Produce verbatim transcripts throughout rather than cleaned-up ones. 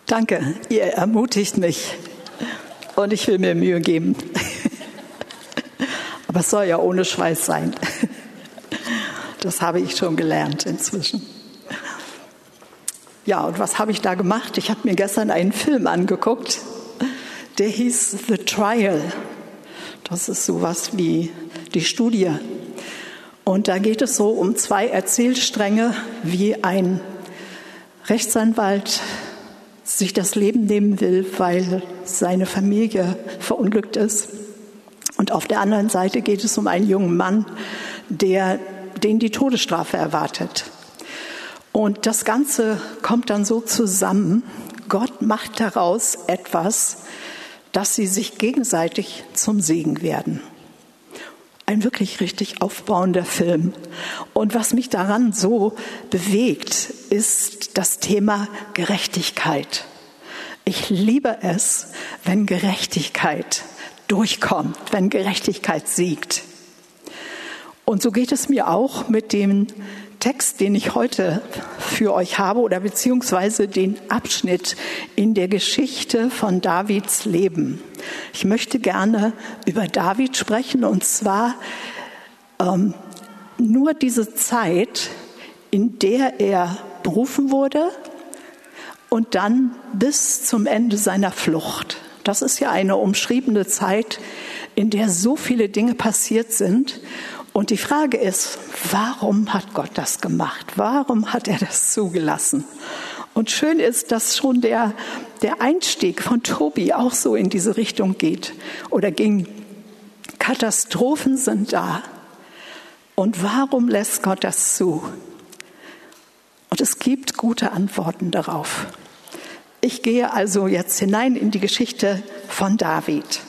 Danke, ihr ermutigt mich und ich will mir Mühe geben. Aber es soll ja ohne Schweiß sein. Das habe ich schon gelernt inzwischen. Ja, und was habe ich da gemacht? Ich habe mir gestern einen Film angeguckt, der hieß The Trial. Das ist sowas wie die Studie. Und da geht es so um zwei Erzählstränge, wie ein Rechtsanwalt sich das Leben nehmen will, weil seine Familie verunglückt ist. Und auf der anderen Seite geht es um einen jungen Mann, der, den die Todesstrafe erwartet. Und das Ganze kommt dann so zusammen. Gott macht daraus etwas, dass sie sich gegenseitig zum Segen werden. Ein wirklich richtig aufbauender Film. Und was mich daran so bewegt, ist das Thema Gerechtigkeit. Ich liebe es, wenn Gerechtigkeit durchkommt, wenn Gerechtigkeit siegt. Und so geht es mir auch mit dem Text, den ich heute für euch habe, oder beziehungsweise den Abschnitt in der Geschichte von Davids Leben. Ich möchte gerne über David sprechen, und zwar ähm, nur diese Zeit, in der er berufen wurde und dann bis zum Ende seiner Flucht. Das ist ja eine umschriebene Zeit, in der so viele Dinge passiert sind. Und die Frage ist, warum hat Gott das gemacht? Warum hat er das zugelassen? Und schön ist, dass schon der, der Einstieg von Tobi auch so in diese Richtung geht oder ging. Katastrophen sind da. Und warum lässt Gott das zu? Und es gibt gute Antworten darauf. Ich gehe also jetzt hinein in die Geschichte von David.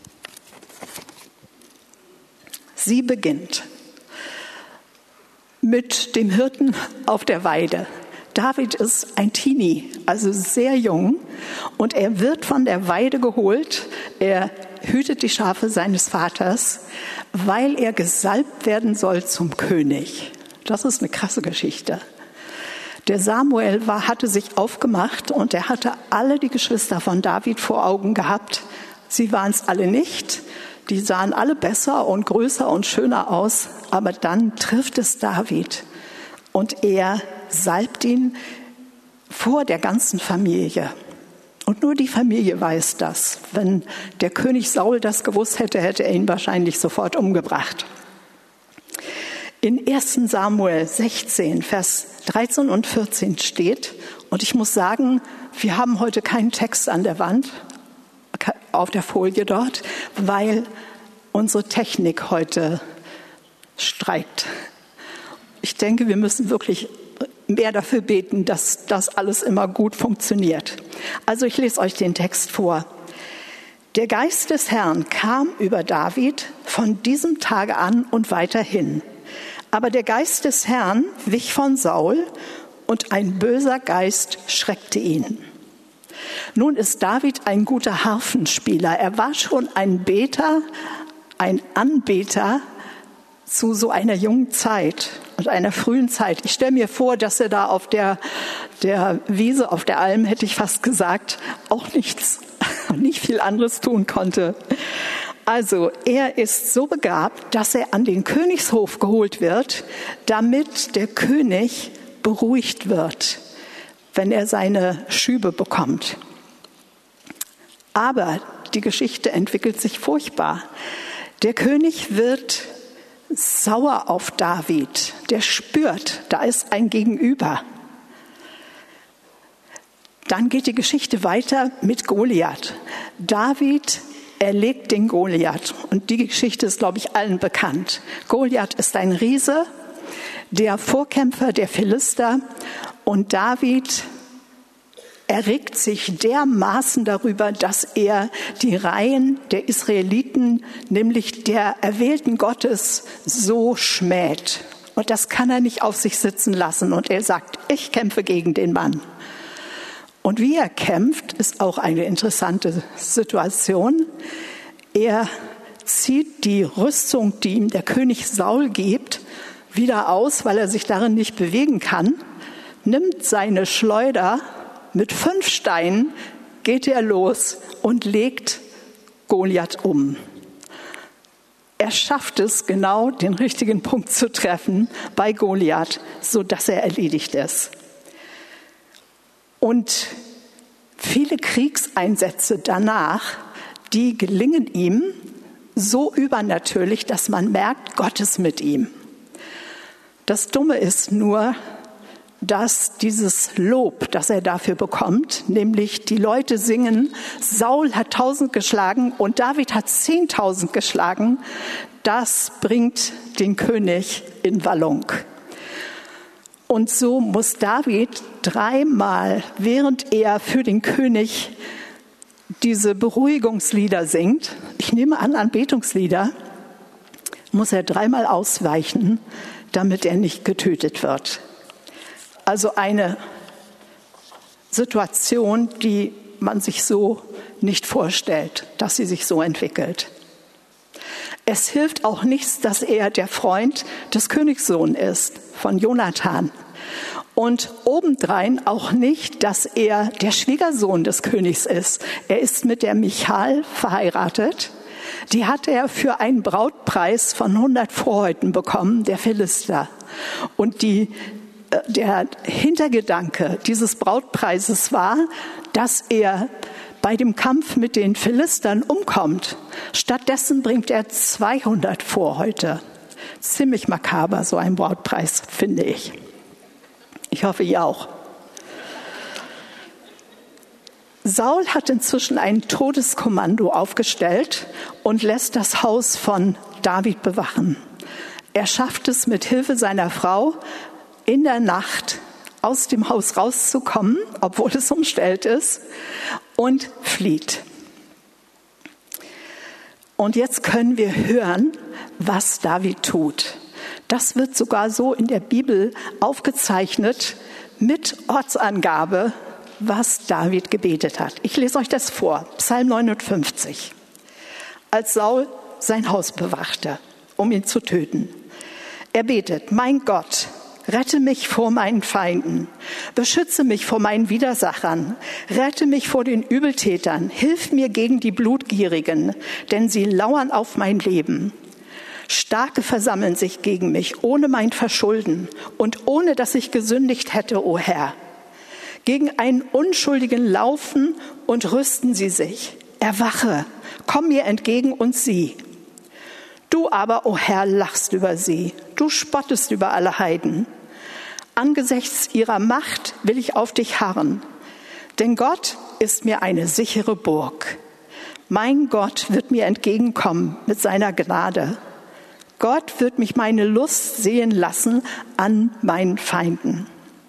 Sie beginnt mit dem Hirten auf der Weide. David ist ein Teenie, also sehr jung, und er wird von der Weide geholt. Er hütet die Schafe seines Vaters, weil er gesalbt werden soll zum König. Das ist eine krasse Geschichte. Der Samuel war, hatte sich aufgemacht und er hatte alle die Geschwister von David vor Augen gehabt. Sie waren es alle nicht. Die sahen alle besser und größer und schöner aus, aber dann trifft es David und er salbt ihn vor der ganzen Familie. Und nur die Familie weiß das. Wenn der König Saul das gewusst hätte, hätte er ihn wahrscheinlich sofort umgebracht. In ersten Samuel sechzehn, Vers dreizehn und vierzehn steht, und ich muss sagen, wir haben heute keinen Text an der Wand, auf der Folie dort, weil unsere Technik heute streikt. Ich denke, wir müssen wirklich mehr dafür beten, dass das alles immer gut funktioniert. Also ich lese euch den Text vor. Der Geist des Herrn kam über David von diesem Tage an und weiterhin. Aber der Geist des Herrn wich von Saul und ein böser Geist schreckte ihn. Nun ist David ein guter Harfenspieler. Er war schon ein Beter, ein Anbeter zu so einer jungen Zeit und einer frühen Zeit. Ich stelle mir vor, dass er da auf der, der Wiese, auf der Alm, hätte ich fast gesagt, auch nichts, nicht viel anderes tun konnte. Also er ist so begabt, dass er an den Königshof geholt wird, damit der König beruhigt wird, wenn er seine Schübe bekommt. Aber die Geschichte entwickelt sich furchtbar. Der König wird sauer auf David. Der spürt, da ist ein Gegenüber. Dann geht die Geschichte weiter mit Goliath. David erlegt den Goliath. Und die Geschichte ist, glaube ich, allen bekannt. Goliath ist ein Riese, der Vorkämpfer der Philister. Und David erregt sich dermaßen darüber, dass er die Reihen der Israeliten, nämlich der Erwählten Gottes, so schmäht. Und das kann er nicht auf sich sitzen lassen. Und er sagt, ich kämpfe gegen den Mann. Und wie er kämpft, ist auch eine interessante Situation. Er zieht die Rüstung, die ihm der König Saul gibt, wieder aus, weil er sich darin nicht bewegen kann, nimmt seine Schleuder Mit fünf Steinen geht er los und legt Goliath um. Er schafft es, genau den richtigen Punkt zu treffen bei Goliath, sodass er erledigt ist. Und viele Kriegseinsätze danach, die gelingen ihm so übernatürlich, dass man merkt, Gott ist mit ihm. Das Dumme ist nur, dass dieses Lob, das er dafür bekommt, nämlich die Leute singen, Saul hat tausend geschlagen und David hat zehntausend geschlagen, das bringt den König in Wallung. Und so muss David dreimal, während er für den König diese Beruhigungslieder singt, ich nehme an Anbetungslieder, muss er dreimal ausweichen, damit er nicht getötet wird. Also eine Situation, die man sich so nicht vorstellt, dass sie sich so entwickelt. Es hilft auch nichts, dass er der Freund des Königssohns ist, von Jonathan. Und obendrein auch nicht, dass er der Schwiegersohn des Königs ist. Er ist mit der Michal verheiratet. Die hat er für einen Brautpreis von hundert Vorhäuten bekommen, der Philister. Und die Der Hintergedanke dieses Brautpreises war, dass er bei dem Kampf mit den Philistern umkommt. Stattdessen bringt er zweihundert Vorhäute. Ziemlich makaber, so ein Brautpreis, finde ich. Ich hoffe, ihr auch. Saul hat inzwischen ein Todeskommando aufgestellt und lässt das Haus von David bewachen. Er schafft es mit Hilfe seiner Frau, in der Nacht aus dem Haus rauszukommen, obwohl es umstellt ist, und flieht. Und jetzt können wir hören, was David tut. Das wird sogar so in der Bibel aufgezeichnet mit Ortsangabe, was David gebetet hat. Ich lese euch das vor, Psalm neunundfünfzig. Als Saul sein Haus bewachte, um ihn zu töten. Er betet, mein Gott, rette mich vor meinen Feinden, beschütze mich vor meinen Widersachern, rette mich vor den Übeltätern, hilf mir gegen die Blutgierigen, denn sie lauern auf mein Leben. Starke versammeln sich gegen mich, ohne mein Verschulden und ohne, dass ich gesündigt hätte, o Herr. Gegen einen Unschuldigen laufen und rüsten sie sich. Erwache, komm mir entgegen und sieh. Du aber, o Herr, lachst über sie. Du spottest über alle Heiden. Angesichts ihrer Macht will ich auf dich harren. Denn Gott ist mir eine sichere Burg. Mein Gott wird mir entgegenkommen mit seiner Gnade. Gott wird mich meine Lust sehen lassen an meinen Feinden.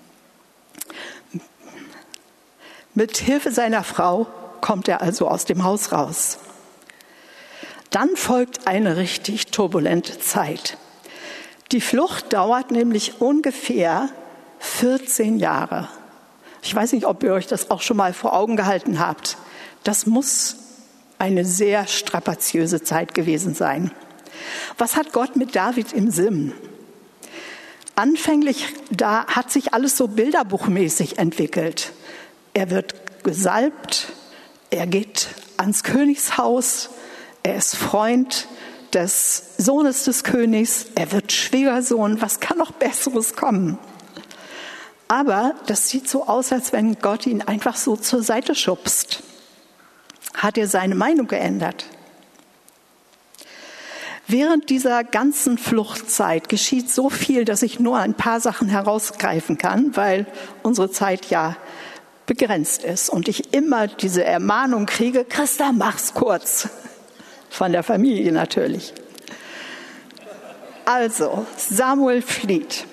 Mit Hilfe seiner Frau kommt er also aus dem Haus raus. Dann folgt eine richtig turbulente Zeit. Die Flucht dauert nämlich ungefähr vierzehn Jahre. Ich weiß nicht, ob ihr euch das auch schon mal vor Augen gehalten habt. Das muss eine sehr strapaziöse Zeit gewesen sein. Was hat Gott mit David im Sinn? Anfänglich, da hat sich alles so bilderbuchmäßig entwickelt. Er wird gesalbt, er geht ans Königshaus, er ist Freund des Sohnes des Königs, er wird Schwiegersohn. Was kann noch Besseres kommen? Aber das sieht so aus, als wenn Gott ihn einfach so zur Seite schubst. Hat er seine Meinung geändert? Während dieser ganzen Fluchtzeit geschieht so viel, dass ich nur ein paar Sachen herausgreifen kann, weil unsere Zeit ja begrenzt ist und ich immer diese Ermahnung kriege, Christa, mach's kurz. Von der Familie natürlich. Also, Samuel flieht.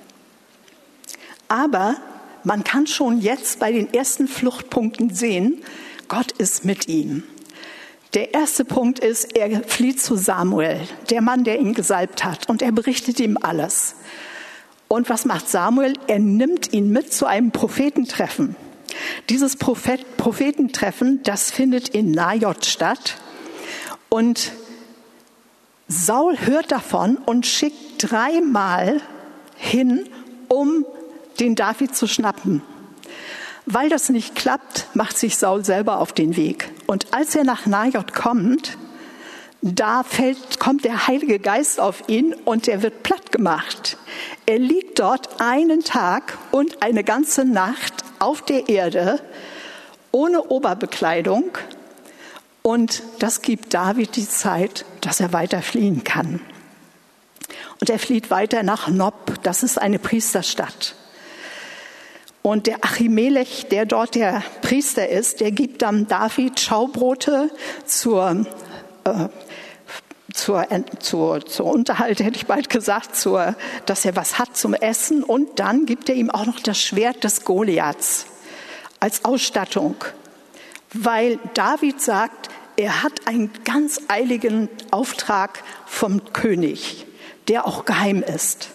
Aber man kann schon jetzt bei den ersten Fluchtpunkten sehen, Gott ist mit ihm. Der erste Punkt ist, er flieht zu Samuel, der Mann, der ihn gesalbt hat, und er berichtet ihm alles. Und was macht Samuel? Er nimmt ihn mit zu einem Prophetentreffen. Dieses Prophet- Prophetentreffen, das findet in Najot statt. Und Saul hört davon und schickt dreimal hin, um den David zu schnappen. Weil das nicht klappt, macht sich Saul selber auf den Weg. Und als er nach Najot kommt, da fällt, kommt der Heilige Geist auf ihn und er wird platt gemacht. Er liegt dort einen Tag und eine ganze Nacht auf der Erde, ohne Oberbekleidung. Und das gibt David die Zeit, dass er weiter fliehen kann. Und er flieht weiter nach Nob, das ist eine Priesterstadt. Und der Achimelech, der dort der Priester ist, der gibt dann David Schaubrote zur, äh, zur, zur, zur Unterhalt, hätte ich bald gesagt, zur, dass er was hat zum Essen. Und dann gibt er ihm auch noch das Schwert des Goliaths als Ausstattung, weil David sagt, er hat einen ganz eiligen Auftrag vom König, der auch geheim ist.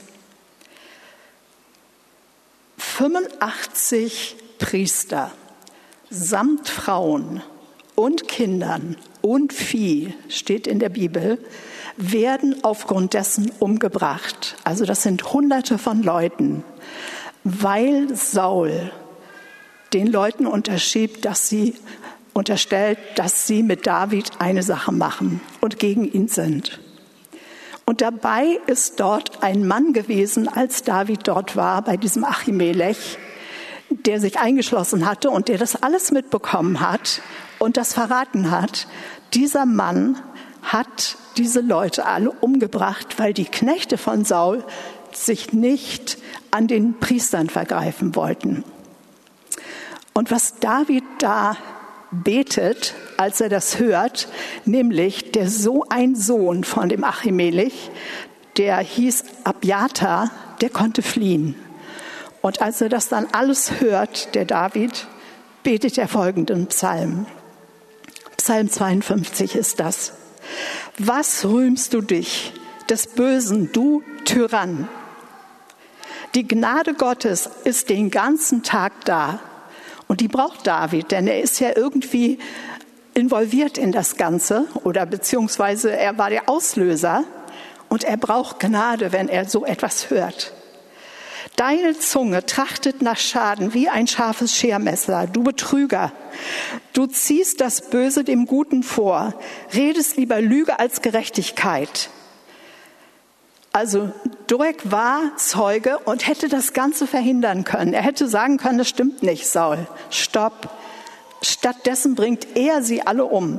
fünfundachtzig Priester samt Frauen und Kindern und Vieh, steht in der Bibel, werden aufgrund dessen umgebracht. Also das sind Hunderte von Leuten, weil Saul den Leuten unterschiebt, dass sie unterstellt, dass sie mit David eine Sache machen und gegen ihn sind. Und dabei ist dort ein Mann gewesen, als David dort war, bei diesem Achimelech, der sich eingeschlossen hatte und der das alles mitbekommen hat und das verraten hat. Dieser Mann hat diese Leute alle umgebracht, weil die Knechte von Saul sich nicht an den Priestern vergreifen wollten. Und was David da betet, als er das hört, nämlich der so ein Sohn von dem Achimelech, der hieß Abjatar, der konnte fliehen. Und als er das dann alles hört, der David, betet er folgenden Psalm. Psalm zweiundfünfzig ist das. Was rühmst du dich des Bösen, du Tyrann? Die Gnade Gottes ist den ganzen Tag da. Und die braucht David, denn er ist ja irgendwie involviert in das Ganze oder beziehungsweise er war der Auslöser und er braucht Gnade, wenn er so etwas hört. Deine Zunge trachtet nach Schaden wie ein scharfes Schermesser, du Betrüger. Du ziehst das Böse dem Guten vor, redest lieber Lüge als Gerechtigkeit. Also Doeg war Zeuge und hätte das Ganze verhindern können. Er hätte sagen können, das stimmt nicht, Saul, stopp. Stattdessen bringt er sie alle um.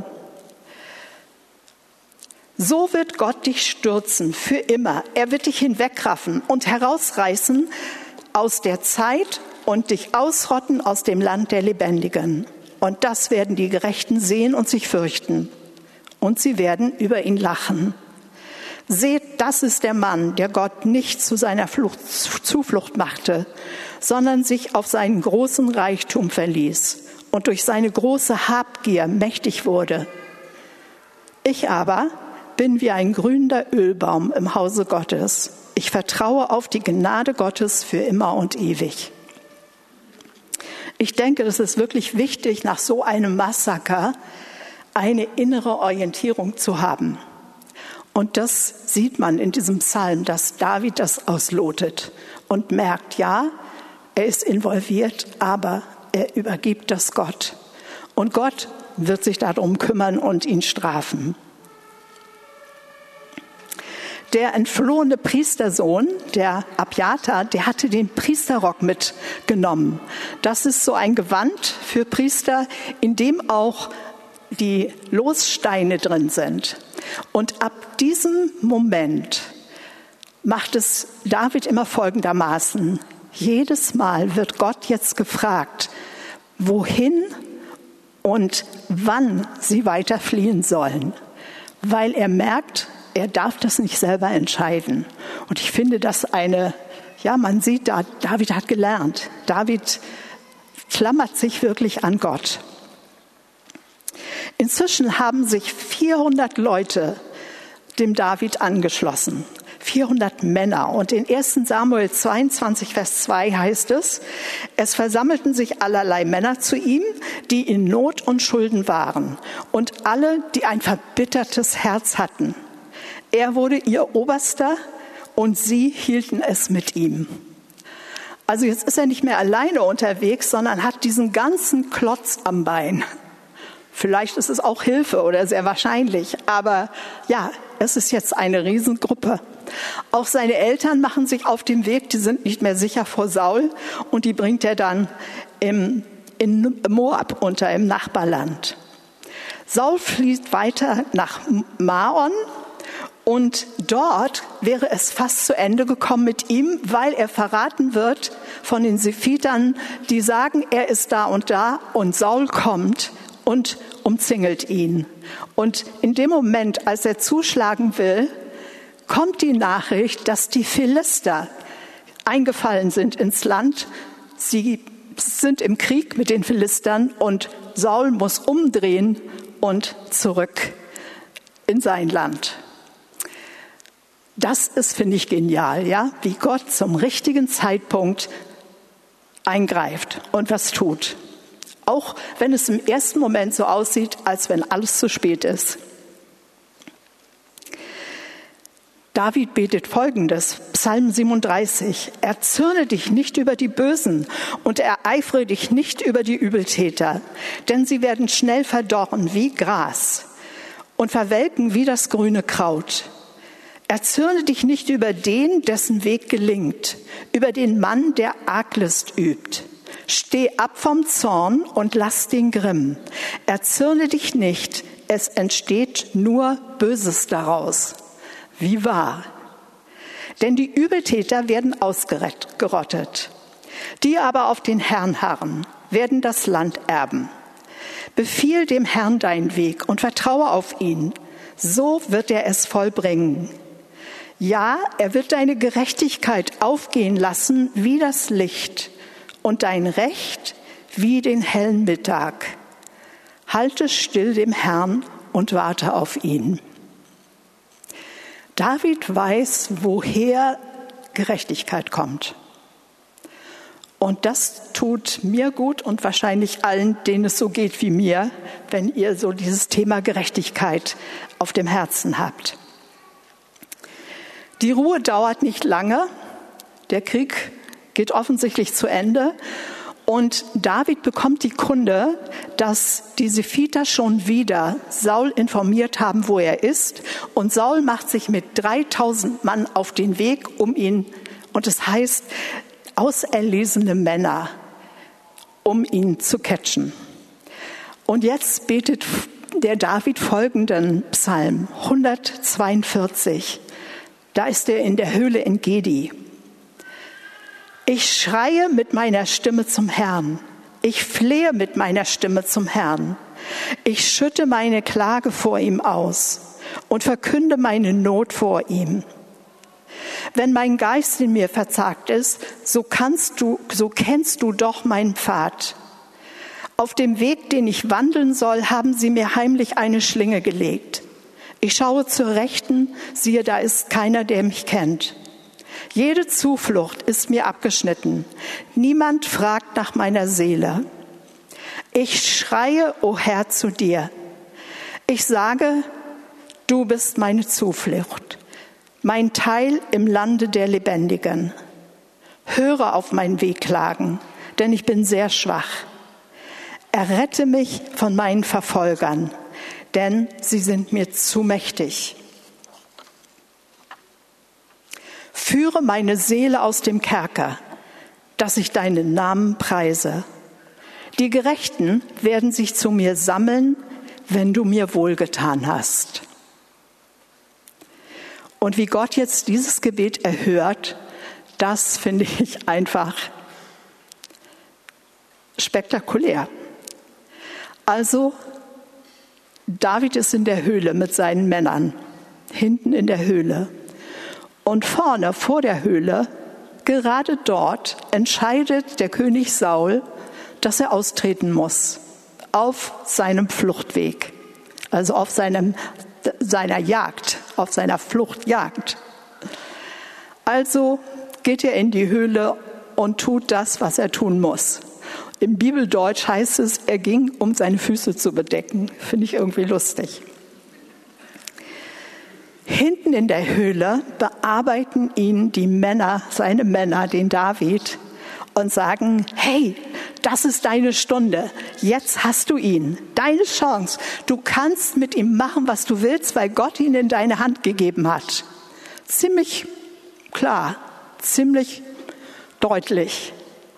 So wird Gott dich stürzen für immer. Er wird dich hinwegraffen und herausreißen aus der Zeit und dich ausrotten aus dem Land der Lebendigen. Und das werden die Gerechten sehen und sich fürchten. Und sie werden über ihn lachen. Seht, das ist der Mann, der Gott nicht zu seiner Flucht, Zuflucht machte, sondern sich auf seinen großen Reichtum verließ und durch seine große Habgier mächtig wurde. Ich aber bin wie ein grünender Ölbaum im Hause Gottes. Ich vertraue auf die Gnade Gottes für immer und ewig. Ich denke, das ist wirklich wichtig, nach so einem Massaker eine innere Orientierung zu haben. Und das sieht man in diesem Psalm, dass David das auslotet und merkt, ja, er ist involviert, aber er übergibt das Gott. Und Gott wird sich darum kümmern und ihn strafen. Der entflohene Priestersohn, der Abjatar, der hatte den Priesterrock mitgenommen. Das ist so ein Gewand für Priester, in dem auch die Lossteine drin sind. Und ab diesem Moment macht es David immer folgendermaßen. Jedes Mal wird Gott jetzt gefragt, wohin und wann sie weiter fliehen sollen. Weil er merkt, er darf das nicht selber entscheiden. Und ich finde das eine, ja, man sieht da, David hat gelernt. David klammert sich wirklich an Gott. Inzwischen haben sich vierhundert Leute dem David angeschlossen. vierhundert Männer. Und in ersten Samuel zweiundzwanzig, Vers zwei heißt es, es versammelten sich allerlei Männer zu ihm, die in Not und Schulden waren und alle, die ein verbittertes Herz hatten. Er wurde ihr Oberster und sie hielten es mit ihm. Also jetzt ist er nicht mehr alleine unterwegs, sondern hat diesen ganzen Klotz am Bein. Vielleicht ist es auch Hilfe oder sehr wahrscheinlich, aber ja, es ist jetzt eine Riesengruppe. Auch seine Eltern machen sich auf den Weg, die sind nicht mehr sicher vor Saul und die bringt er dann im, in Moab unter, im Nachbarland. Saul flieht weiter nach Maon und dort wäre es fast zu Ende gekommen mit ihm, weil er verraten wird von den Sephitern, die sagen, er ist da und da und Saul kommt und umzingelt ihn. Und in dem Moment, als er zuschlagen will, kommt die Nachricht, dass die Philister eingefallen sind ins Land. Sie sind im Krieg mit den Philistern und Saul muss umdrehen und zurück in sein Land. Das ist, finde ich, genial, ja, wie Gott zum richtigen Zeitpunkt eingreift und was tut. Auch wenn es im ersten Moment so aussieht, als wenn alles zu spät ist. David betet Folgendes, Psalm siebenunddreißig. Erzürne dich nicht über die Bösen und ereifere dich nicht über die Übeltäter, denn sie werden schnell verdorren wie Gras und verwelken wie das grüne Kraut. Erzürne dich nicht über den, dessen Weg gelingt, über den Mann, der Arglist übt. Steh ab vom Zorn und lass den Grimm. Erzürne dich nicht, es entsteht nur Böses daraus. Wie wahr. Denn die Übeltäter werden ausgerottet. Die aber auf den Herrn harren, werden das Land erben. Befiehl dem Herrn deinen Weg und vertraue auf ihn. So wird er es vollbringen. Ja, er wird deine Gerechtigkeit aufgehen lassen wie das Licht und dein Recht wie den hellen Mittag. Halte still dem Herrn und warte auf ihn. David weiß, woher Gerechtigkeit kommt. Und das tut mir gut und wahrscheinlich allen, denen es so geht wie mir, wenn ihr so dieses Thema Gerechtigkeit auf dem Herzen habt. Die Ruhe dauert nicht lange. Der Krieg geht offensichtlich zu Ende. Und David bekommt die Kunde, dass die Sephiter schon wieder Saul informiert haben, wo er ist. Und Saul macht sich mit dreitausend Mann auf den Weg, um ihn, und es heißt, auserlesene Männer, um ihn zu catchen. Und jetzt betet der David folgenden Psalm, hundertzweiundvierzig. Da ist er in der Höhle in Gedi. Ich schreie mit meiner Stimme zum Herrn. Ich flehe mit meiner Stimme zum Herrn. Ich schütte meine Klage vor ihm aus und verkünde meine Not vor ihm. Wenn mein Geist in mir verzagt ist, so kannst du, so kennst du doch meinen Pfad. Auf dem Weg, den ich wandeln soll, haben sie mir heimlich eine Schlinge gelegt. Ich schaue zur Rechten, siehe, da ist keiner, der mich kennt. Jede Zuflucht ist mir abgeschnitten. Niemand fragt nach meiner Seele. Ich schreie, o Herr, zu dir. Ich sage, du bist meine Zuflucht, mein Teil im Lande der Lebendigen. Höre auf mein Wehklagen, denn ich bin sehr schwach. Errette mich von meinen Verfolgern, denn sie sind mir zu mächtig. Führe meine Seele aus dem Kerker, dass ich deinen Namen preise. Die Gerechten werden sich zu mir sammeln, wenn du mir wohlgetan hast. Und wie Gott jetzt dieses Gebet erhört, das finde ich einfach spektakulär. Also, David ist in der Höhle mit seinen Männern, hinten in der Höhle. Und vorne vor der Höhle, gerade dort, entscheidet der König Saul, dass er austreten muss auf seinem Fluchtweg, also auf seinem, seiner Jagd, auf seiner Fluchtjagd. Also geht er in die Höhle und tut das, was er tun muss. Im Bibeldeutsch heißt es, er ging, um seine Füße zu bedecken. Finde ich irgendwie lustig. Hinten in der Höhle bearbeiten ihn die Männer, seine Männer, den David, und sagen, hey, das ist deine Stunde, jetzt hast du ihn, deine Chance. Du kannst mit ihm machen, was du willst, weil Gott ihn in deine Hand gegeben hat. Ziemlich klar, ziemlich deutlich.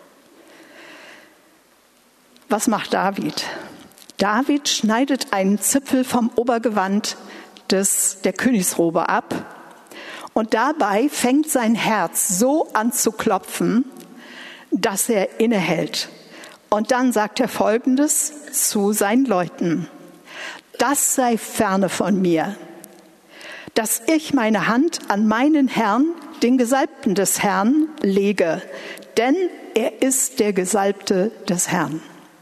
Was macht David? David schneidet einen Zipfel vom Obergewand des, der Königsrobe ab und dabei fängt sein Herz so an zu klopfen, dass er innehält. Und dann sagt er Folgendes zu seinen Leuten: Das sei ferne von mir, dass ich meine Hand an meinen Herrn, den Gesalbten des Herrn, lege, denn er ist der Gesalbte des Herrn.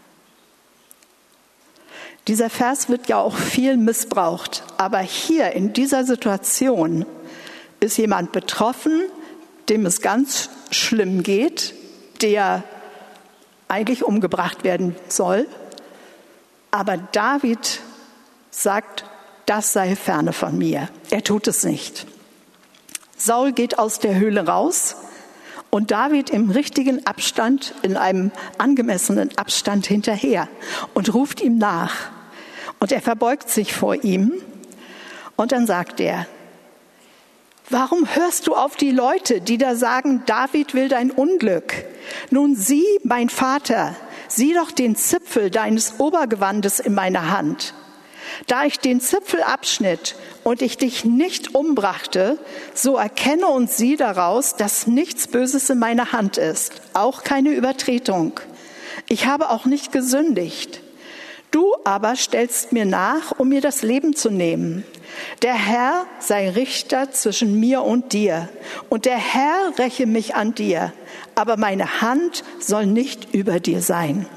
Dieser Vers wird ja auch viel missbraucht, aber hier in dieser Situation ist jemand betroffen, dem es ganz schlimm geht, der eigentlich umgebracht werden soll. Aber David sagt, das sei ferne von mir. Er tut es nicht. Saul geht aus der Höhle raus und David im richtigen Abstand, in einem angemessenen Abstand hinterher und ruft ihm nach. Und er verbeugt sich vor ihm und dann sagt er: Warum hörst du auf die Leute, die da sagen, David will dein Unglück? Nun sieh, mein Vater, sieh doch den Zipfel deines Obergewandes in meiner Hand. Da ich den Zipfel abschnitt und ich dich nicht umbrachte, so erkenne und sieh daraus, dass nichts Böses in meiner Hand ist, auch keine Übertretung. Ich habe auch nicht gesündigt. Du aber stellst mir nach, um mir das Leben zu nehmen. Der Herr sei Richter zwischen mir und dir, und der Herr räche mich an dir, aber meine Hand soll nicht über dir sein.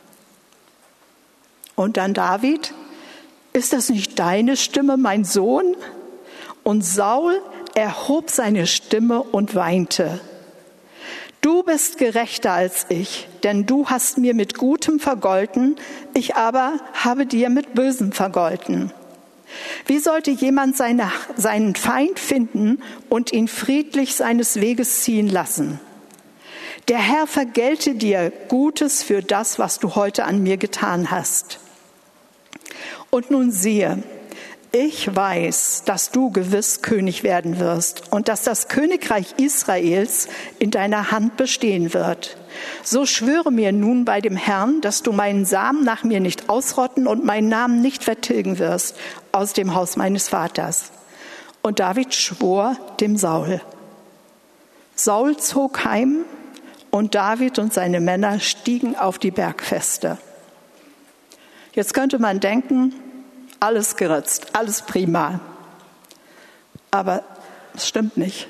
Und dann David: Ist das nicht deine Stimme, mein Sohn? Und Saul erhob seine Stimme und weinte. Du bist gerechter als ich, denn du hast mir mit Gutem vergolten, ich aber habe dir mit Bösem vergolten. Wie sollte jemand seine, seinen Feind finden und ihn friedlich seines Weges ziehen lassen? Der Herr vergelte dir Gutes für das, was du heute an mir getan hast. Und nun siehe, ich weiß, dass du gewiss König werden wirst und dass das Königreich Israels in deiner Hand bestehen wird. So schwöre mir nun bei dem Herrn, dass du meinen Samen nach mir nicht ausrotten und meinen Namen nicht vertilgen wirst aus dem Haus meines Vaters. Und David schwor dem Saul. Saul zog heim und David und seine Männer stiegen auf die Bergfeste. Jetzt könnte man denken, alles geritzt, alles prima. Aber es stimmt nicht.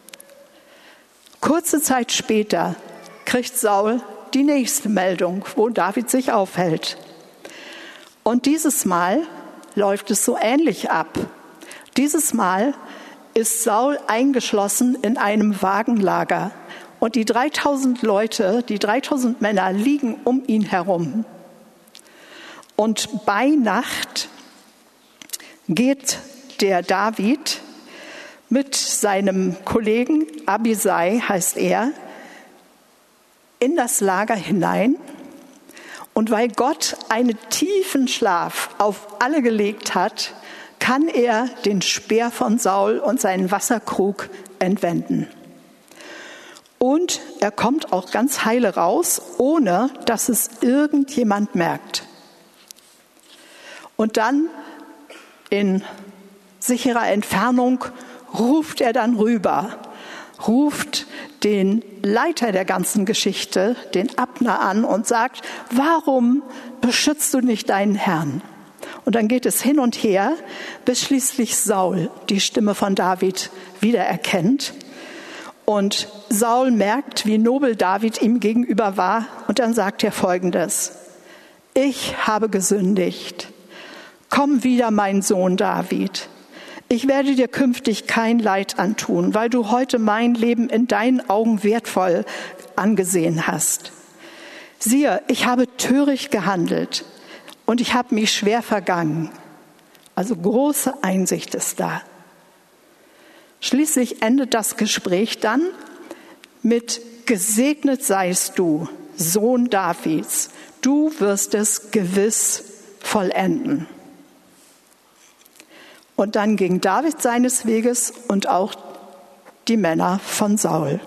Kurze Zeit später kriegt Saul die nächste Meldung, wo David sich aufhält. Und dieses Mal läuft es so ähnlich ab. Dieses Mal ist Saul eingeschlossen in einem Wagenlager. Und die dreitausend Leute, die dreitausend Männer liegen um ihn herum. Und bei Nacht geht der David mit seinem Kollegen, Abisai heißt er, in das Lager hinein. Und weil Gott einen tiefen Schlaf auf alle gelegt hat, kann er den Speer von Saul und seinen Wasserkrug entwenden. Und er kommt auch ganz heile raus, ohne dass es irgendjemand merkt. Und dann in sicherer Entfernung ruft er dann rüber, ruft den Leiter der ganzen Geschichte, den Abner, an und sagt: Warum beschützt du nicht deinen Herrn? Und dann geht es hin und her, bis schließlich Saul die Stimme von David wiedererkennt. Und Saul merkt, wie nobel David ihm gegenüber war. Und dann sagt er Folgendes: Ich habe gesündigt. Komm wieder, mein Sohn David. Ich werde dir künftig kein Leid antun, weil du heute mein Leben in deinen Augen wertvoll angesehen hast. Siehe, ich habe töricht gehandelt und ich habe mich schwer vergangen. Also große Einsicht ist da. Schließlich endet das Gespräch dann mit gesegnet seist du, Sohn Davids, du wirst es gewiss vollenden. Und dann ging David seines Weges und auch die Männer von Saul.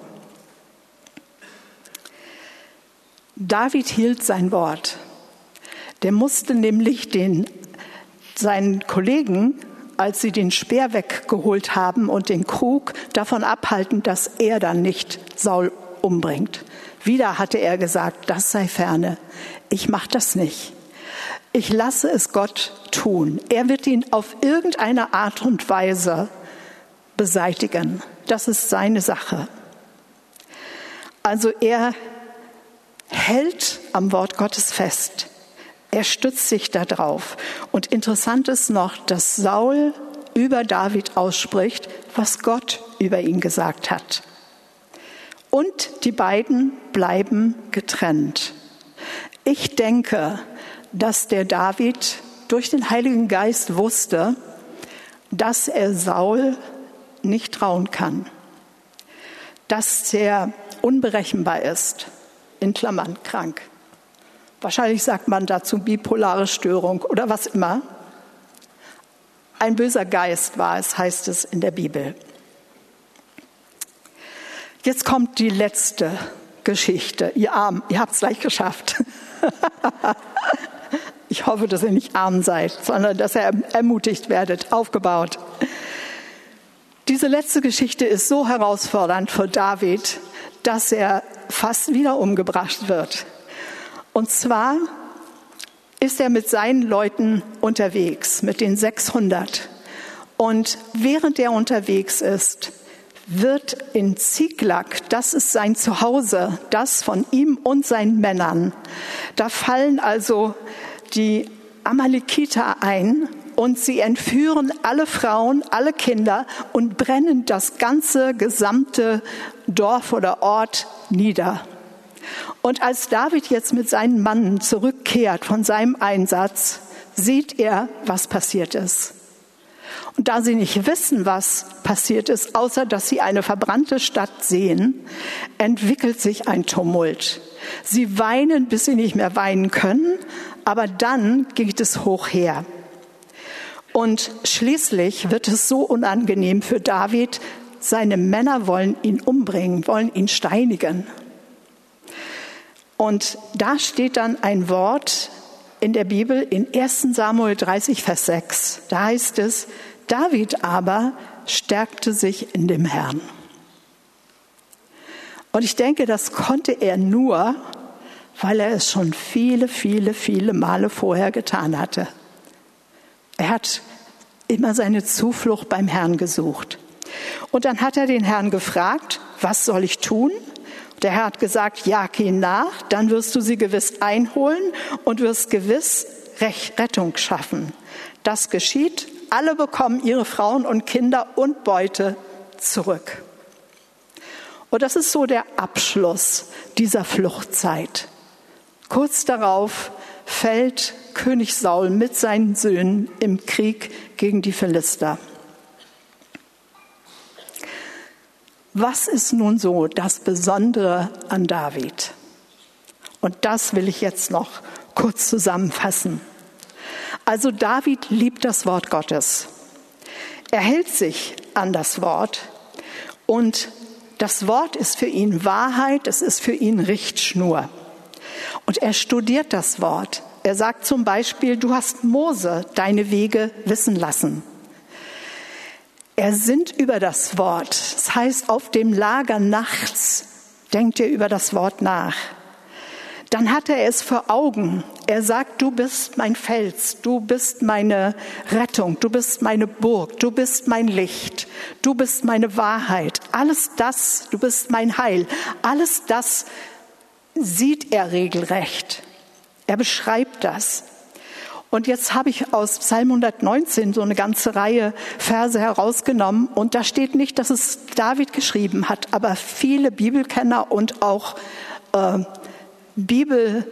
David hielt sein Wort. Der musste nämlich den, seinen Kollegen, als sie den Speer weggeholt haben und den Krug, davon abhalten, dass er dann nicht Saul umbringt. Wieder hatte er gesagt, das sei ferne. Ich mache das nicht. Ich lasse es Gott tun. Er wird ihn auf irgendeine Art und Weise beseitigen. Das ist seine Sache. Also er hält am Wort Gottes fest. Er stützt sich darauf. Und interessant ist noch, dass Saul über David ausspricht, was Gott über ihn gesagt hat. Und die beiden bleiben getrennt. Ich denke, dass der David durch den Heiligen Geist wusste, dass er Saul nicht trauen kann. Dass er unberechenbar ist, in Klammern krank. Wahrscheinlich sagt man dazu bipolare Störung oder was immer. Ein böser Geist war es, heißt es in der Bibel. Jetzt kommt die letzte Geschichte. Ihr Armen, ihr habt es gleich geschafft. Ich hoffe, dass ihr nicht arm seid, sondern dass ihr ermutigt werdet, aufgebaut. Diese letzte Geschichte ist so herausfordernd für David, dass er fast wieder umgebracht wird. Und zwar ist er mit seinen Leuten unterwegs, mit den sechshundert. Und während er unterwegs ist, wird in Ziklag, das ist sein Zuhause, das von ihm und seinen Männern, da fallen also die Amalekiter ein und sie entführen alle Frauen, alle Kinder und brennen das ganze gesamte Dorf oder Ort nieder. Und als David jetzt mit seinen Mannen zurückkehrt von seinem Einsatz, sieht er, was passiert ist. Und da sie nicht wissen, was passiert ist, außer dass sie eine verbrannte Stadt sehen, entwickelt sich ein Tumult. Sie weinen, bis sie nicht mehr weinen können, aber dann geht es hoch her. Und schließlich wird es so unangenehm für David, seine Männer wollen ihn umbringen, wollen ihn steinigen. Und da steht dann ein Wort in der Bibel in erster Samuel dreißig, Vers sechs. Da heißt es, David aber stärkte sich in dem Herrn. Und ich denke, das konnte er nur, weil er es schon viele, viele, viele Male vorher getan hatte. Er hat immer seine Zuflucht beim Herrn gesucht. Und dann hat er den Herrn gefragt, was soll ich tun? Der Herr hat gesagt, jag ihn nach, dann wirst du sie gewiss einholen und wirst gewiss Rettung schaffen. Das geschieht, alle bekommen ihre Frauen und Kinder und Beute zurück. Und das ist so der Abschluss dieser Fluchtzeit. Kurz darauf fällt König Saul mit seinen Söhnen im Krieg gegen die Philister. Was ist nun so das Besondere an David? Und das will ich jetzt noch kurz zusammenfassen. Also David liebt das Wort Gottes. Er hält sich an das Wort und das Wort ist für ihn Wahrheit, es ist für ihn Richtschnur. Und er studiert das Wort. Er sagt zum Beispiel, du hast Mose deine Wege wissen lassen. Er sinnt über das Wort. Das heißt, auf dem Lager nachts denkt er über das Wort nach. Dann hat er es vor Augen. Er sagt, du bist mein Fels, du bist meine Rettung, du bist meine Burg, du bist mein Licht, du bist meine Wahrheit. Alles das, du bist mein Heil. Alles das sieht er regelrecht. Er beschreibt das. Und jetzt habe ich aus Psalm hundertneunzehn so eine ganze Reihe Verse herausgenommen. Und da steht nicht, dass es David geschrieben hat, aber viele Bibelkenner und auch äh, Bibelleute,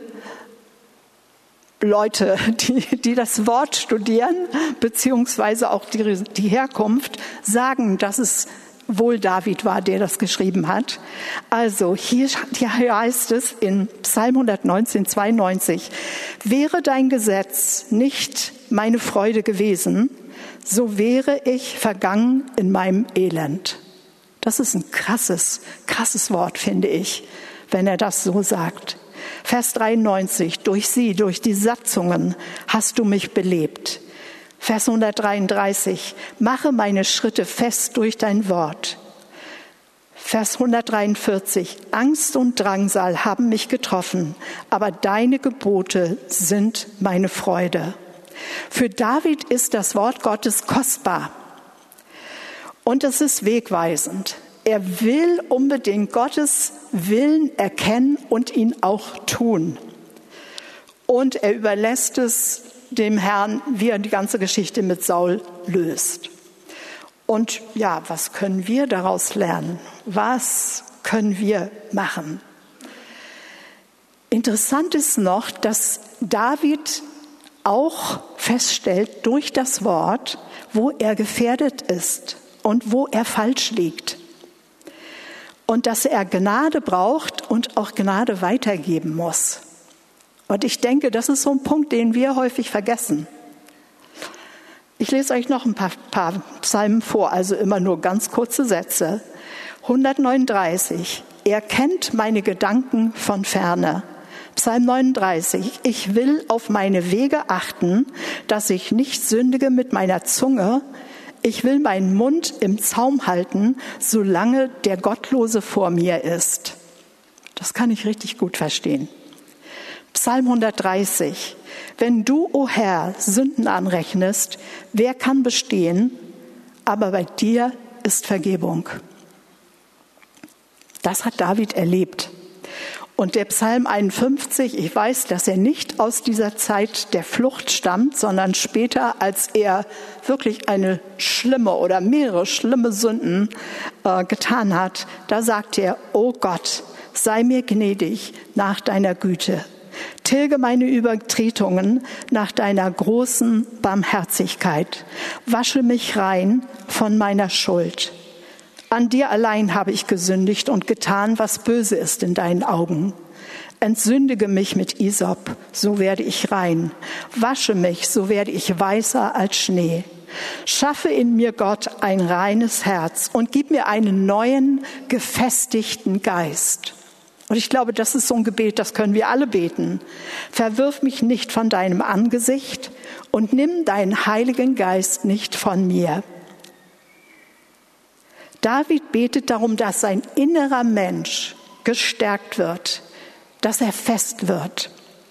die, die das Wort studieren, beziehungsweise auch die, die Herkunft, sagen, dass es wohl David war, der das geschrieben hat. Also hier, hier heißt es in Psalm hundertneunzehn, zweiundneunzig, wäre dein Gesetz nicht meine Freude gewesen, so wäre ich vergangen in meinem Elend. Das ist ein krasses, krasses Wort, finde ich, wenn er das so sagt. Vers dreiundneunzig, durch sie, durch die Satzungen hast du mich belebt. Vers hundertdreiunddreißig, mache meine Schritte fest durch dein Wort. Vers hundertdreiundvierzig, Angst und Drangsal haben mich getroffen, aber deine Gebote sind meine Freude. Für David ist das Wort Gottes kostbar und es ist wegweisend. Er will unbedingt Gottes Willen erkennen und ihn auch tun. Und er überlässt es dem Herrn, wie er die ganze Geschichte mit Saul löst. Und ja, was können wir daraus lernen? Was können wir machen? Interessant ist noch, dass David auch feststellt durch das Wort, wo er gefährdet ist und wo er falsch liegt. Und dass er Gnade braucht und auch Gnade weitergeben muss. Und ich denke, das ist so ein Punkt, den wir häufig vergessen. Ich lese euch noch ein paar, paar Psalmen vor, also immer nur ganz kurze Sätze. hundertneununddreißig, er kennt meine Gedanken von ferne. Psalm neununddreißig, ich will auf meine Wege achten, dass ich nicht sündige mit meiner Zunge. Ich will meinen Mund im Zaum halten, solange der Gottlose vor mir ist. Das kann ich richtig gut verstehen. Psalm hundertdreißig. Wenn du, o Herr, Sünden anrechnest, wer kann bestehen? Aber bei dir ist Vergebung. Das hat David erlebt. Und der Psalm einundfünfzig, ich weiß, dass er nicht aus dieser Zeit der Flucht stammt, sondern später, als er wirklich eine schlimme oder mehrere schlimme Sünden äh, getan hat, da sagt er, o Gott, sei mir gnädig nach deiner Güte. Tilge meine Übertretungen nach deiner großen Barmherzigkeit. Wasche mich rein von meiner Schuld. An dir allein habe ich gesündigt und getan, was böse ist in deinen Augen. Entsündige mich mit Isop, so werde ich rein. Wasche mich, so werde ich weißer als Schnee. Schaffe in mir, Gott, ein reines Herz und gib mir einen neuen, gefestigten Geist. Und ich glaube, das ist so ein Gebet, das können wir alle beten. Verwirf mich nicht von deinem Angesicht und nimm deinen Heiligen Geist nicht von mir. David betet darum, dass sein innerer Mensch gestärkt wird, dass er fest wird.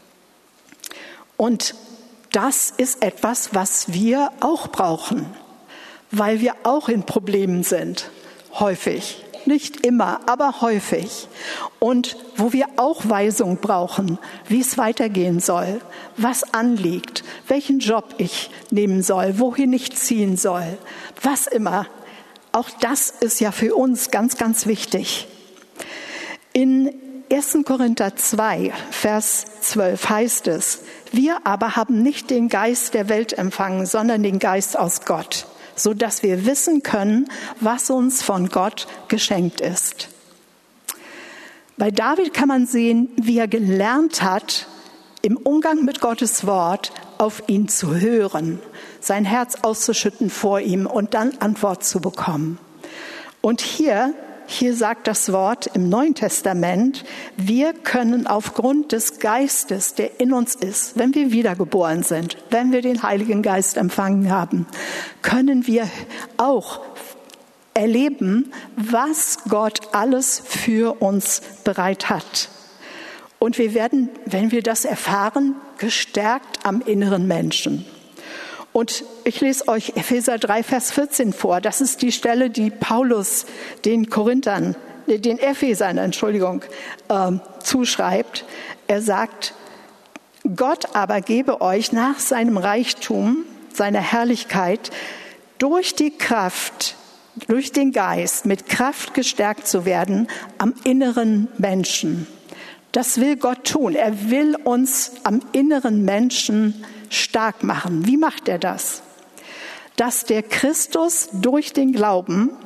Und das ist etwas, was wir auch brauchen, weil wir auch in Problemen sind, häufig. Nicht immer, aber häufig. Und wo wir auch Weisung brauchen, wie es weitergehen soll, was anliegt, welchen Job ich nehmen soll, wohin ich ziehen soll, was immer. Auch das ist ja für uns ganz, ganz wichtig. In erster Korinther zwei, Vers zwölf heißt es, wir aber haben nicht den Geist der Welt empfangen, sondern den Geist aus Gott, so dass wir wissen können, was uns von Gott geschenkt ist. Bei David kann man sehen, wie er gelernt hat, im Umgang mit Gottes Wort auf ihn zu hören, sein Herz auszuschütten vor ihm und dann Antwort zu bekommen. Und hier, hier sagt das Wort im Neuen Testament, wir können aufgrund des Geistes, der in uns ist, wenn wir wiedergeboren sind, wenn wir den Heiligen Geist empfangen haben, können wir auch erleben, was Gott alles für uns bereit hat. Und wir werden, wenn wir das erfahren, gestärkt am inneren Menschen. Und ich lese euch Epheser drei, Vers vierzehn vor. Das ist die Stelle, die Paulus den Korinthern, den Ephesern, Entschuldigung, äh, zuschreibt. Er sagt, Gott aber gebe euch nach seinem Reichtum, seiner Herrlichkeit, durch die Kraft, durch den Geist, mit Kraft gestärkt zu werden am inneren Menschen. Das will Gott tun. Er will uns am inneren Menschen stark machen. Wie macht er das? Dass der Christus durch den Glauben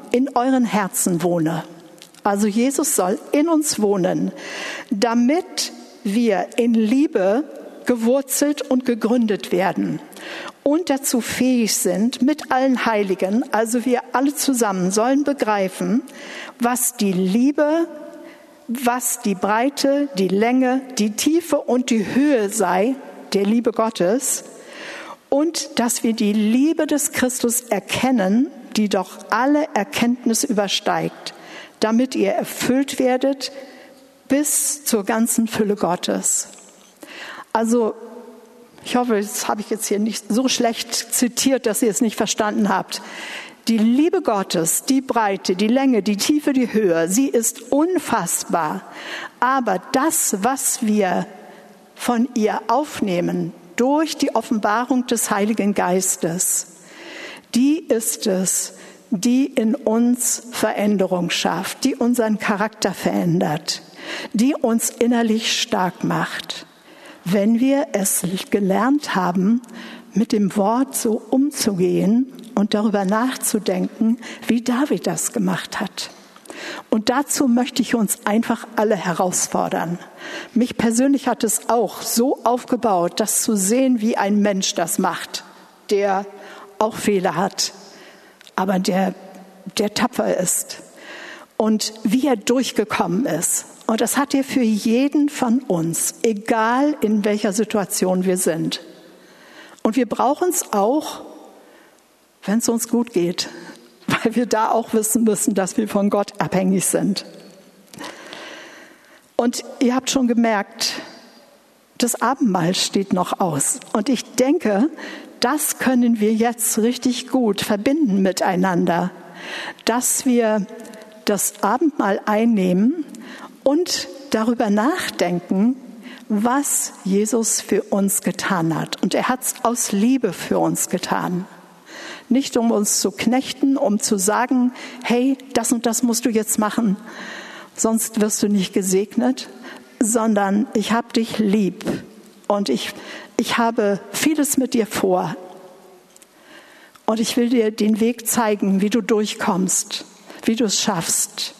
in euren Herzen wohne. Also Jesus soll in uns wohnen, damit wir in Liebe gewurzelt und gegründet werden und dazu fähig sind, mit allen Heiligen, also wir alle zusammen, sollen begreifen, was die Liebe, was die Breite, die Länge, die Tiefe und die Höhe sei, der Liebe Gottes, und dass wir die Liebe des Christus erkennen, die doch alle Erkenntnis übersteigt, damit ihr erfüllt werdet bis zur ganzen Fülle Gottes. Also, ich hoffe, das habe ich jetzt hier nicht so schlecht zitiert, dass ihr es nicht verstanden habt. Die Liebe Gottes, die Breite, die Länge, die Tiefe, die Höhe, sie ist unfassbar. Aber das, was wir von ihr aufnehmen, durch die Offenbarung des Heiligen Geistes, die ist es, die in uns Veränderung schafft, die unseren Charakter verändert, die uns innerlich stark macht, wenn wir es gelernt haben, mit dem Wort so umzugehen und darüber nachzudenken, wie David das gemacht hat. Und dazu möchte ich uns einfach alle herausfordern. Mich persönlich hat es auch so aufgebaut, das zu sehen, wie ein Mensch das macht, der auch Fehler hat, aber der, der tapfer ist und wie er durchgekommen ist. Und das hat er für jeden von uns, egal in welcher Situation wir sind. Und wir brauchen es auch, wenn es uns gut geht, weil wir da auch wissen müssen, dass wir von Gott abhängig sind. Und ihr habt schon gemerkt, das Abendmahl steht noch aus. Und ich denke, das können wir jetzt richtig gut verbinden miteinander, dass wir das Abendmahl einnehmen und darüber nachdenken, was Jesus für uns getan hat. Und er hat es aus Liebe für uns getan. Nicht um uns zu knechten, um zu sagen, hey, das und das musst du jetzt machen, sonst wirst du nicht gesegnet, sondern ich habe dich lieb und ich, ich habe vieles mit dir vor. Und ich will dir den Weg zeigen, wie du durchkommst, wie du es schaffst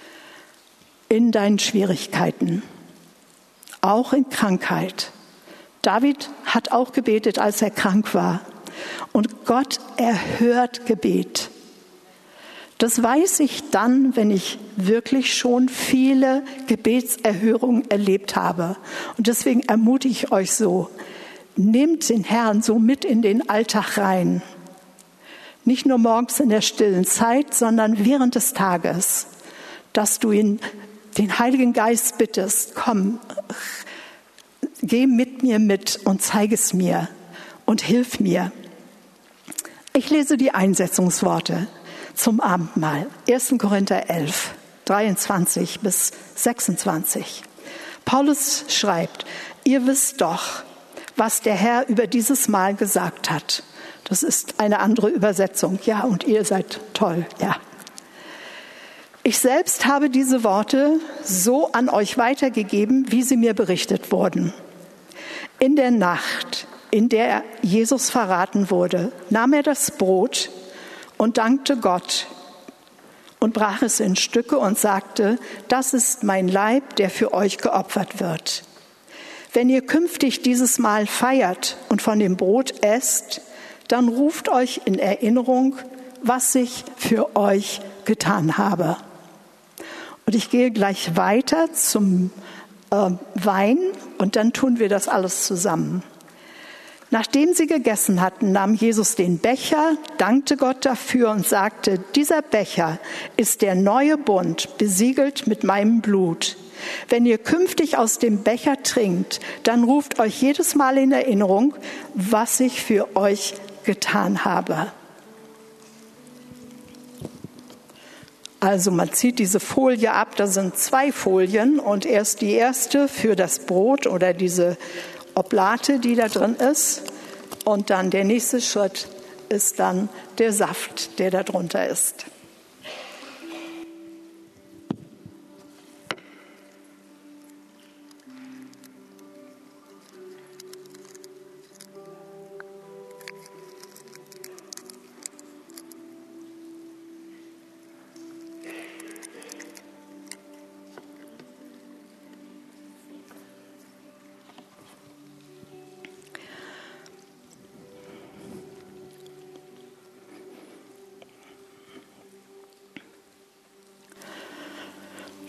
in deinen Schwierigkeiten, auch in Krankheit. David hat auch gebetet, als er krank war. Und Gott erhört Gebet. Das weiß ich dann, wenn ich wirklich schon viele Gebetserhörungen erlebt habe. Und deswegen ermutige ich euch so, nehmt den Herrn so mit in den Alltag rein. Nicht nur morgens in der stillen Zeit, sondern während des Tages, dass du ihn, den Heiligen Geist bittest, komm, geh mit mir mit und zeig es mir und hilf mir. Ich lese die Einsetzungsworte zum Abendmahl. erster Korinther elf, dreiundzwanzig bis sechsundzwanzig. Paulus schreibt, ihr wisst doch, was der Herr über dieses Mahl gesagt hat. Das ist eine andere Übersetzung. Ja, und ihr seid toll, ja. Ich selbst habe diese Worte so an euch weitergegeben, wie sie mir berichtet wurden. In der Nacht, in der Jesus verraten wurde, nahm er das Brot und dankte Gott und brach es in Stücke und sagte, das ist mein Leib, der für euch geopfert wird. Wenn ihr künftig dieses Mahl feiert und von dem Brot esst, dann ruft euch in Erinnerung, was ich für euch getan habe. Und ich gehe gleich weiter zum äh, Wein und dann tun wir das alles zusammen. Nachdem sie gegessen hatten, nahm Jesus den Becher, dankte Gott dafür und sagte, dieser Becher ist der neue Bund, besiegelt mit meinem Blut. Wenn ihr künftig aus dem Becher trinkt, dann ruft euch jedes Mal in Erinnerung, was ich für euch getan habe. Also man zieht diese Folie ab, da sind zwei Folien und erst die erste für das Brot oder diese Oblate, die da drin ist. Und dann der nächste Schritt ist dann der Saft, der da drunter ist.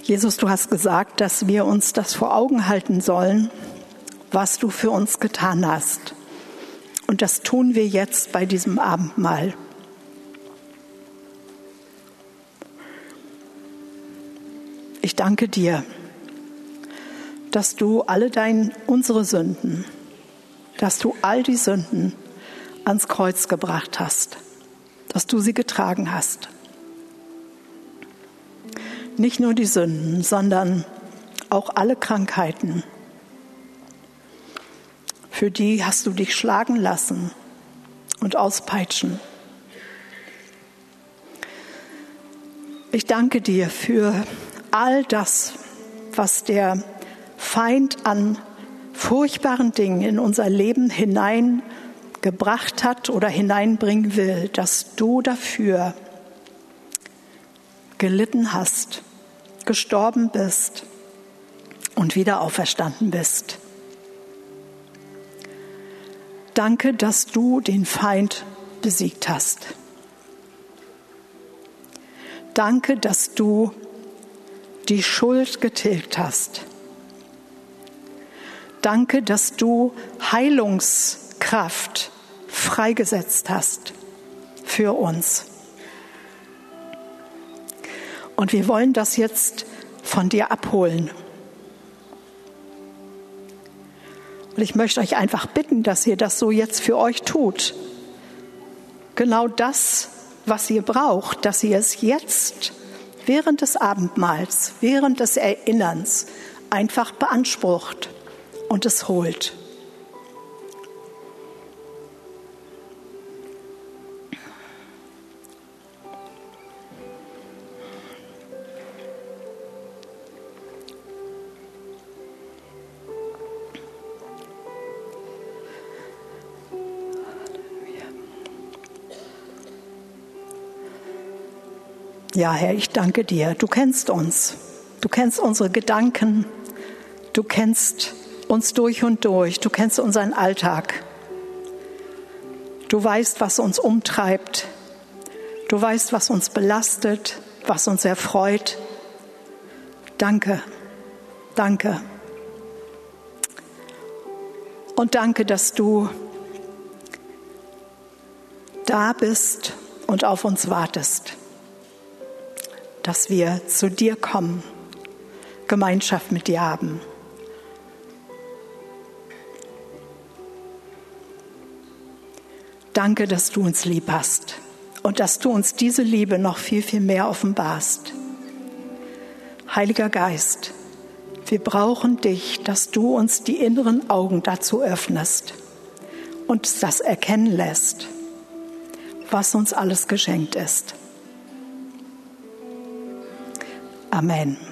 Jesus, du hast gesagt, dass wir uns das vor Augen halten sollen, was du für uns getan hast. Und das tun wir jetzt bei diesem Abendmahl. Ich danke dir, dass du alle dein, unsere Sünden, dass du all die Sünden ans Kreuz gebracht hast, dass du sie getragen hast. Nicht nur die Sünden, sondern auch alle Krankheiten. Für die hast du dich schlagen lassen und auspeitschen. Ich danke dir für all das, was der Feind an furchtbaren Dingen in unser Leben hineingebracht hat oder hineinbringen will, dass du dafür gelitten hast, gestorben bist und wieder auferstanden bist. Danke, dass du den Feind besiegt hast. Danke, dass du die Schuld getilgt hast. Danke, dass du Heilungskraft freigesetzt hast für uns. Und wir wollen das jetzt von dir abholen. Und ich möchte euch einfach bitten, dass ihr das so jetzt für euch tut. Genau das, was ihr braucht, dass ihr es jetzt während des Abendmahls, während des Erinnerns einfach beansprucht und es holt. Ja, Herr, ich danke dir. Du kennst uns. Du kennst unsere Gedanken. Du kennst uns durch und durch. Du kennst unseren Alltag. Du weißt, was uns umtreibt. Du weißt, was uns belastet, was uns erfreut. Danke. Danke. Und danke, dass du da bist und auf uns wartest. Dass wir zu dir kommen, Gemeinschaft mit dir haben. Danke, dass du uns lieb hast und dass du uns diese Liebe noch viel, viel mehr offenbarst. Heiliger Geist, wir brauchen dich, dass du uns die inneren Augen dazu öffnest und das erkennen lässt, was uns alles geschenkt ist. Amen.